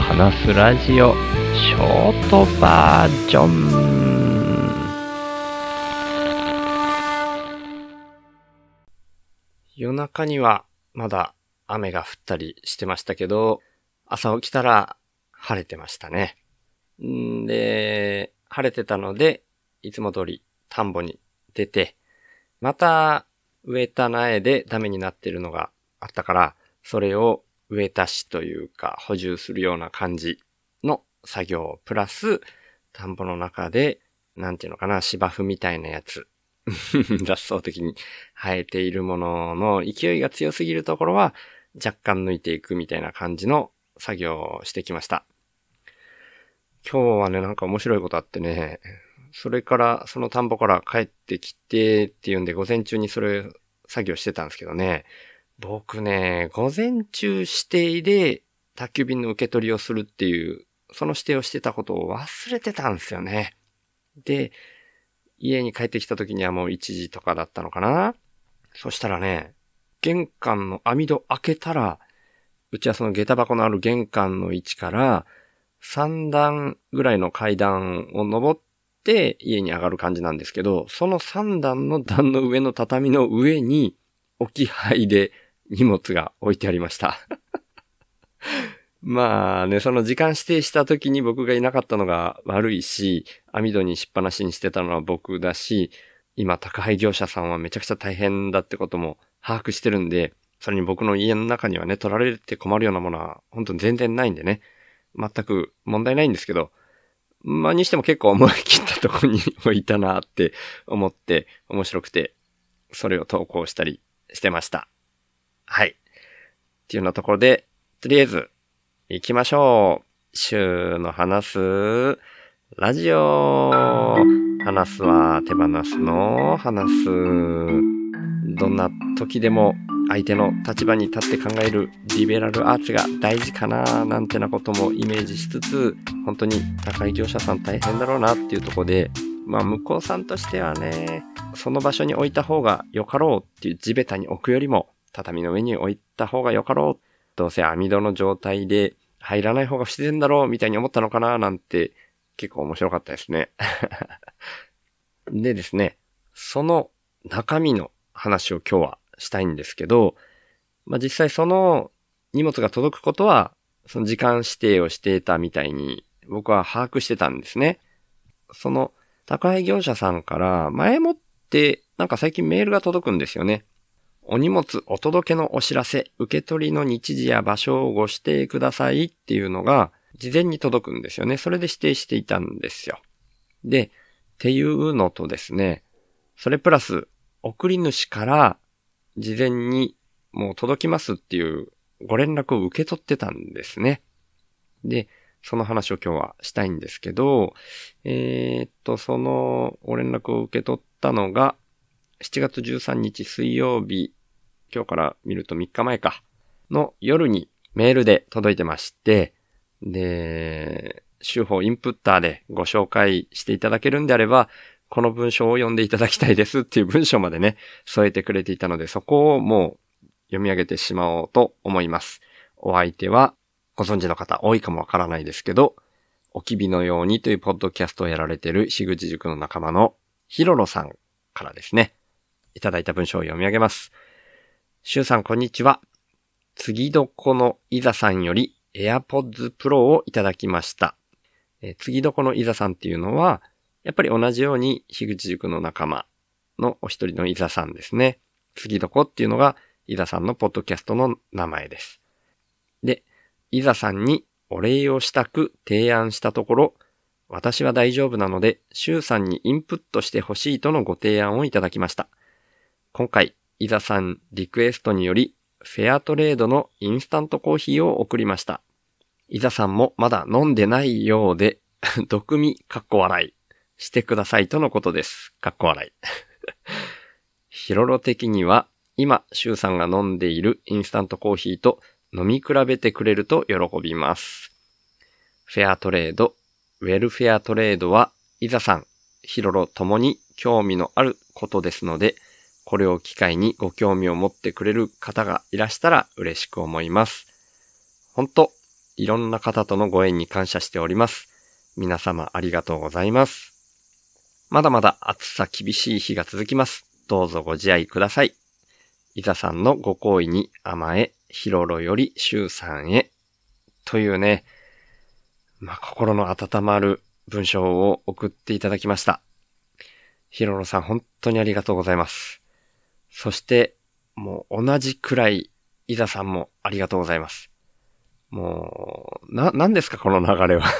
話すラジオショートバージョン。夜中にはまだ雨が降ったりしてましたけど、朝起きたら晴れてましたね。で、晴れてたので、いつも通り田んぼに出て、また植えた苗でダメになってるのがあったから、それを植え足しというか補充するような感じの作業プラス、田んぼの中で、なんていうのかな、芝生みたいなやつ。雑草的に生えているものの勢いが強すぎるところは若干抜いていくみたいな感じの作業をしてきました。今日はね、なんか面白いことあってね、その田んぼから帰ってきてっていうんで午前中にそれ作業してたんですけどね、僕ね、午前中指定で宅急便の受け取りをするっていう、その指定をしてたことを忘れてたんですよね。で、家に帰ってきた時にはもう1時とかだったのかな。そしたらね、玄関の網戸開けたら、うちはその下駄箱のある玄関の位置から3段ぐらいの階段を登って家に上がる感じなんですけど、その3段の段の上の畳の上に置き配で荷物が置いてありました。まあね、その時間指定した時に僕がいなかったのが悪いし、網戸にしっぱなしにしてたのは僕だし、今宅配業者さんはめちゃくちゃ大変だってことも把握してるんで、それに僕の家の中にはね、取られて困るようなものは本当に全然ないんでね、全く問題ないんですけど、まあにしても結構思い切ったところに置いたなって思って面白くて、それを投稿したりしてました。はい。っていうようなところで、とりあえず行きましょう。週の話すラジオ。話すは手放すの話す。どんな時でも相手の立場に立って考えるリベラルアーツが大事かななんてなこともイメージしつつ、本当に宅配業者さん大変だろうなっていうところで、まあ向こうさんとしてはね、その場所に置いた方がよかろうっていう地べたに置くよりも畳の上に置いた方がよかろう。どうせ網戸の状態で入らない方が不自然だろうみたいに思ったのかななんて結構面白かったですね。でですね、その中身の話を今日はしたいんですけど、まあ、実際その荷物が届くことはその時間指定をしていたみたいに僕は把握してたんですね。その宅配業者さんから前もってなんか最近メールが届くんですよね。お荷物お届けのお知らせ、受け取りの日時や場所をご指定くださいっていうのが事前に届くんですよね。それで指定していたんですよ。で、っていうのとですね、それプラス送り主から事前にもう届きますっていうご連絡を受け取ってたんですね。で、その話を今日はしたいんですけど、そのご連絡を受け取ったのが7月13日水曜日、今日から見ると3日前かの夜にメールで届いてまして、で、手法インプッターでご紹介していただけるんであれば、この文章を読んでいただきたいですっていう文章までね、添えてくれていたので、そこをもう読み上げてしまおうと思います。お相手はご存知の方多いかもわからないですけど、おきびのようにというポッドキャストをやられている樋口塾の仲間のひろろさんからですね、いただいた文章を読み上げます。しゅうさんこんにちは。次どこのいざさんよりAirPods Pro をいただきました。次どこのいざさんっていうのは、やっぱり同じように樋口塾の仲間のお一人のいざさんですね。次どこっていうのがいざさんのポッドキャストの名前です。で、いざさんにお礼をしたく提案したところ、私は大丈夫なので、しゅうさんにインプットしてほしいとのご提案をいただきました。今回、いざさんリクエストにより、フェアトレードのインスタントコーヒーを送りました。いざさんもまだ飲んでないようで、毒味かっこ笑いしてくださいとのことです。かっこ笑い。ヒロロ的には、今、シュウさんが飲んでいるインスタントコーヒーと飲み比べてくれると喜びます。フェアトレード、ウェルフェアトレードは、いざさん、ヒロロともに興味のあることですので、これを機会にご興味を持ってくれる方がいらしたら嬉しく思います。本当、 いろんな方とのご縁に感謝しております。皆様ありがとうございます。まだまだ暑さ厳しい日が続きます。どうぞご自愛ください。伊沢さんのご好意に甘え、ひろろより周さんへ。というね、心の温まる文章を送っていただきました。ひろろさん本当にありがとうございます。そして、もう同じくらい、伊沢さんもありがとうございます。もう、何ですかこの流れは。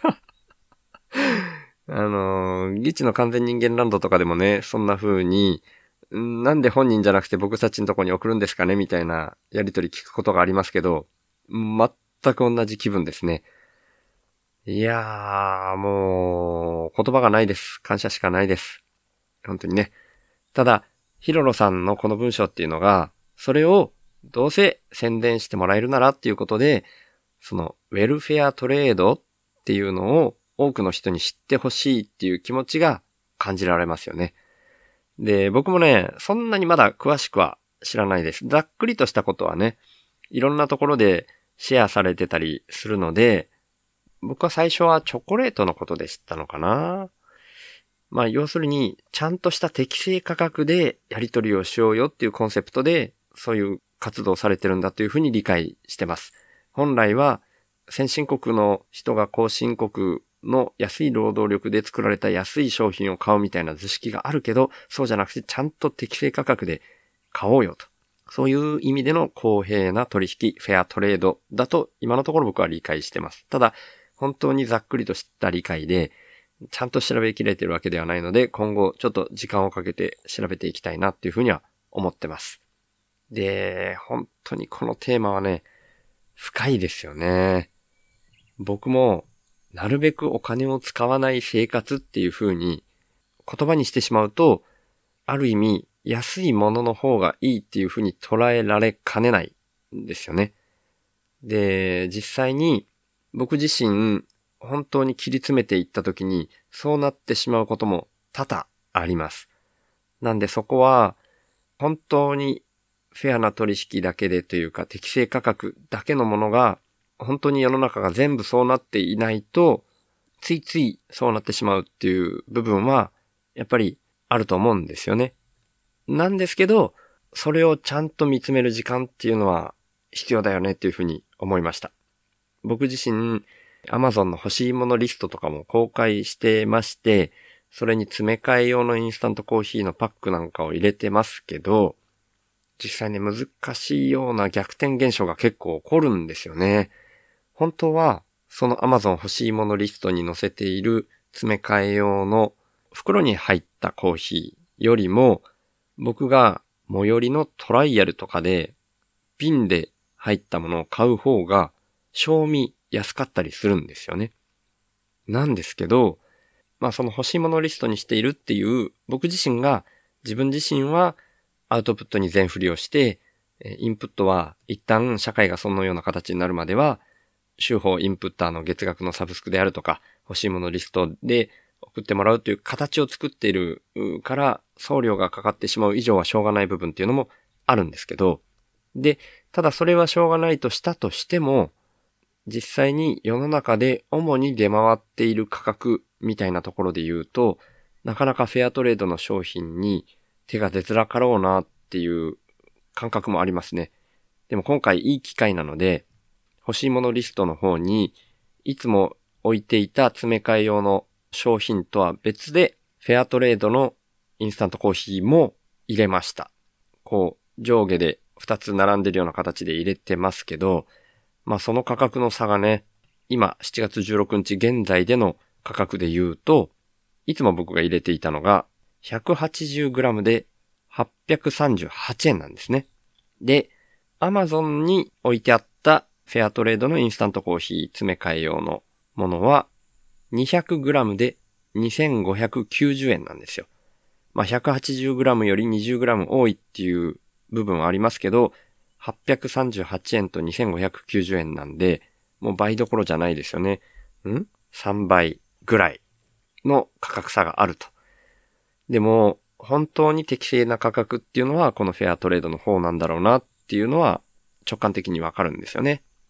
ギチの完全人間ランドとかでもね、そんな風に、なんで本人じゃなくて僕たちのとこに送るんですかねみたいなやりとり聞くことがありますけど、全く同じ気分ですね。いやー、もう、言葉がないです。感謝しかないです。本当にね。ただ、ヒロロさんのこの文章っていうのが、それをどうせ宣伝してもらえるならっていうことで、そのウェルフェアトレードっていうのを多くの人に知ってほしいっていう気持ちが感じられますよね。で、僕もね、そんなにまだ詳しくは知らないです。ざっくりとしたことはね、いろんなところでシェアされてたりするので、僕は最初はチョコレートのことで知ったのかな。要するに、ちゃんとした適正価格でやり取りをしようよっていうコンセプトで、そういう活動をされてるんだというふうに理解してます。本来は、先進国の人が後進国の安い労働力で作られた安い商品を買うみたいな図式があるけど、そうじゃなくてちゃんと適正価格で買おうよと。そういう意味での公平な取引、フェアトレードだと今のところ僕は理解してます。ただ、本当にざっくりとした理解で、ちゃんと調べきれてるわけではないので、今後ちょっと時間をかけて調べていきたいなっていうふうには思ってます。で、本当にこのテーマはね、深いですよね。僕もなるべくお金を使わない生活っていう風に言葉にしてしまうと、ある意味安いものの方がいいっていう風に捉えられかねないんですよね。で、実際に僕自身本当に切り詰めていった時にそうなってしまうことも多々あります。なんでそこは本当にフェアな取引だけでというか適正価格だけのものが本当に世の中が全部そうなっていないとついついそうなってしまうっていう部分はやっぱりあると思うんですよね。なんですけどそれをちゃんと見つめる時間っていうのは必要だよねっていうふうに思いました。僕自身 Amazon の欲しいものリストとかも公開してまして、それに詰め替え用のインスタントコーヒーのパックなんかを入れてますけど、実際ね、難しいような逆転現象が結構起こるんですよね。本当は、その Amazon 欲しいものリストに載せている詰め替え用の袋に入ったコーヒーよりも、僕が最寄りのトライアルとかで瓶で入ったものを買う方が、賞味安かったりするんですよね。なんですけど、その欲しいものリストにしているっていう僕自身が自分自身はアウトプットに全振りをして、インプットは一旦社会がそのような形になるまでは週報インプッターの月額のサブスクであるとか欲しいものリストで送ってもらうという形を作っているから送料がかかってしまう以上はしょうがない部分っていうのもあるんですけど、で、ただそれはしょうがないとしたとしても、実際に世の中で主に出回っている価格みたいなところで言うと、なかなかフェアトレードの商品に手が出づらかろうなっていう感覚もありますね。でも今回いい機会なので、欲しいものリストの方にいつも置いていた詰め替え用の商品とは別でフェアトレードのインスタントコーヒーも入れました。上下で2つ並んでるような形で入れてますけど、その価格の差がね、今7月16日現在での価格で言うと、いつも僕が入れていたのが 180g で838円なんですね。で、Amazon に置いてあったフェアトレードのインスタントコーヒー詰め替え用のものは 200g で2590円なんですよ。180g より 20g 多いっていう部分はありますけど、838円と2590円なんで、もう倍どころじゃないですよね。3倍ぐらいの価格差があると。でも、本当に適正な価格っていうのは、このフェアトレードの方なんだろうなっていうのは、直感的にわかるんですよね。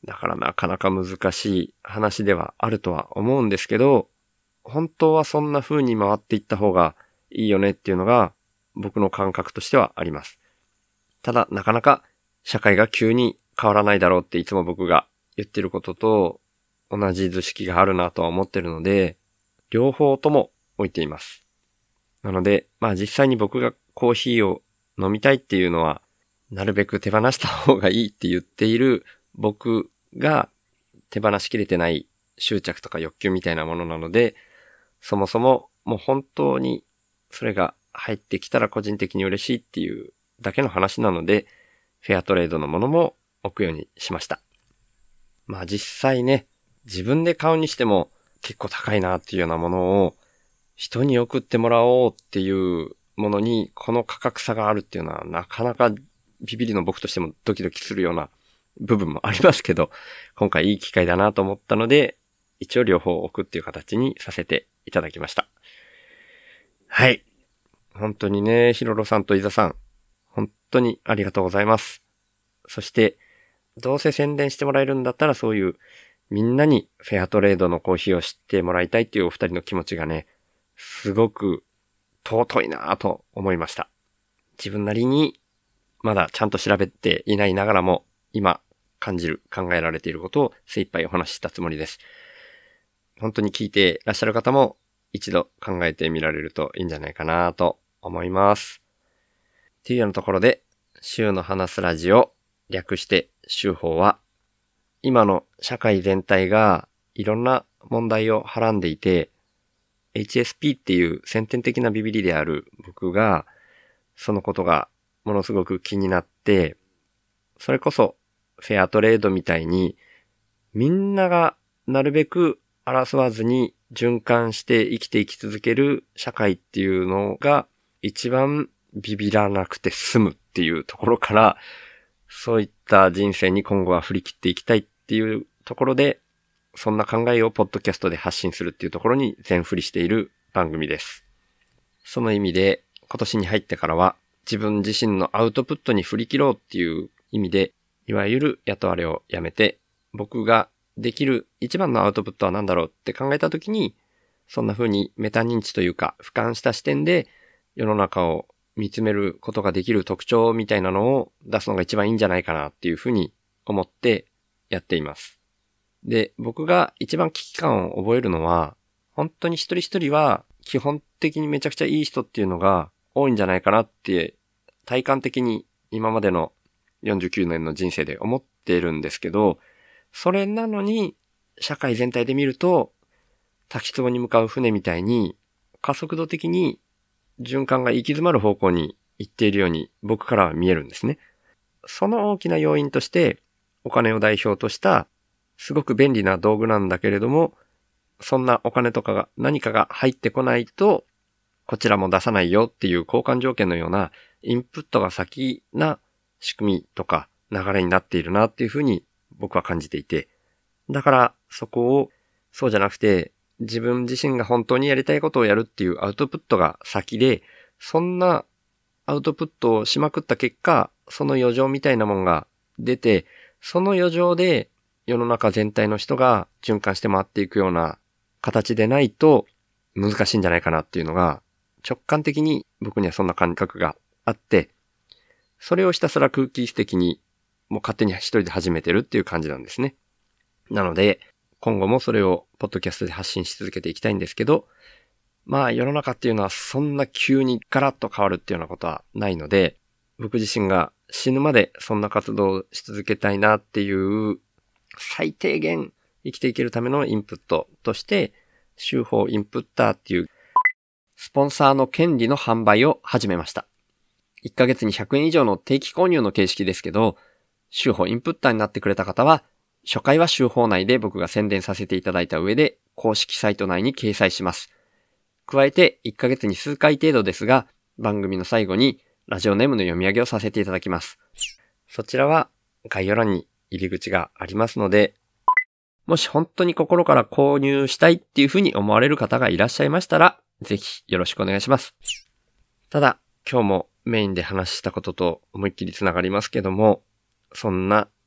だからなかなか難しい話ではあるとは思うんですけど、本当はそんな風に回っていった方がいいよねっていうのが僕の感覚としてはあります。ただなかなか社会が急に変わらないだろうっていつも僕が言ってることと同じ図式があるなとは思ってるので、両方とも置いています。なので、実際に僕がコーヒーを飲みたいっていうのは、なるべく手放した方がいいって言っている僕が手放しきれてない執着とか欲求みたいなものなので、そもそももう本当にそれが入ってきたら個人的に嬉しいっていうだけの話なので、フェアトレードのものも置くようにしました。実際ね、自分で買うにしても結構高いなっていうようなものを人に送ってもらおうっていうものにこの価格差があるっていうのはなかなかビビりの僕としてもドキドキするような部分もありますけど、今回いい機会だなと思ったので、一応両方置くっていう形にさせていただきました。はい。本当にね、ヒロロさんとイザさん、本当にありがとうございます。そして、どうせ宣伝してもらえるんだったらそういうみんなにフェアトレードのコーヒーを知ってもらいたいっていうお二人の気持ちがね、すごく尊いなぁと思いました。自分なりにまだちゃんと調べていないながらも今感じる、考えられていることを精一杯お話ししたつもりです。本当に聞いていらっしゃる方も一度考えてみられるといいんじゃないかなと思います。っていうようなところで、週の話すラジオ、略して週報は、今の社会全体がいろんな問題をはらんでいて、HSP っていう先天的なビビりである僕が、そのことがものすごく気になって、それこそフェアトレードみたいに、みんながなるべく争わずに循環して生きていき続ける社会っていうのが一番ビビらなくて済むっていうところから、そういった人生に今後は振り切っていきたいっていうところで、そんな考えをポッドキャストで発信するっていうところに全振りしている番組です。その意味で今年に入ってからは自分自身のアウトプットに振り切ろうっていう意味で、いわゆる雇われをやめて、僕ができる一番のアウトプットは何だろうって考えたときに、そんな風にメタ認知というか俯瞰した視点で世の中を見つめることができる特徴みたいなのを出すのが一番いいんじゃないかなっていうふうに思ってやっています。で、僕が一番危機感を覚えるのは、本当に一人一人は基本的にめちゃくちゃいい人っていうのが多いんじゃないかなって体感的に今までの49年の人生で思っているんですけど、それなのに社会全体で見ると滝壺に向かう船みたいに加速度的に循環が行き詰まる方向に行っているように僕からは見えるんですね。その大きな要因としてお金を代表としたすごく便利な道具なんだけれども、そんなお金とかが何かが入ってこないとこちらも出さないよっていう交換条件のようなインプットが先な仕組みとか流れになっているなっていうふうに僕は感じていて、だからそこをそうじゃなくて自分自身が本当にやりたいことをやるっていうアウトプットが先で、そんなアウトプットをしまくった結果、その余剰みたいなもんが出て、その余剰で世の中全体の人が循環して回っていくような形でないと難しいんじゃないかなっていうのが直感的に僕にはそんな感覚があって、それをひたすら空気的にもう勝手に一人で始めてるっていう感じなんですね。なので今後もそれをポッドキャストで発信し続けていきたいんですけど、世の中っていうのはそんな急にガラッと変わるっていうようなことはないので、僕自身が死ぬまでそんな活動をし続けたいなっていう最低限生きていけるためのインプットとして、週報インプッターっていうスポンサーの権利の販売を始めました。1ヶ月に100円以上の定期購入の形式ですけど、週報インプッターになってくれた方は、初回は週報内で僕が宣伝させていただいた上で、公式サイト内に掲載します。加えて、1ヶ月に数回程度ですが、番組の最後にラジオネームの読み上げをさせていただきます。そちらは概要欄に入り口がありますので、もし本当に心から購入したいっていうふうに思われる方がいらっしゃいましたら、ぜひよろしくお願いします。ただ、今日もメインで話したことと思いっきりつながりますけども、そんな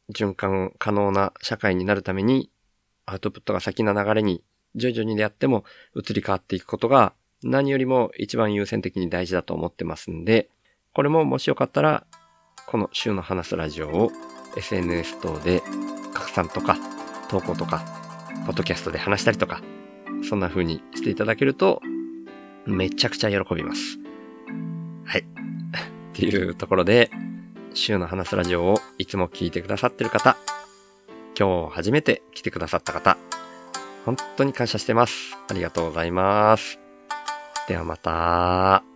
循環可能な社会になるために、アウトプットが先な流れに徐々にであっても移り変わっていくことが何よりも一番優先的に大事だと思ってますんで、これももしよかったら、この週の話すラジオを SNS 等で拡散とか投稿とか、ポッドキャストで話したりとか、そんな風にしていただけるとめちゃくちゃ喜びます。はい。っていうところで、週の話すラジオをいつも聞いてくださってる方、今日初めて来てくださった方、本当に感謝してます。ありがとうございます。ではまた。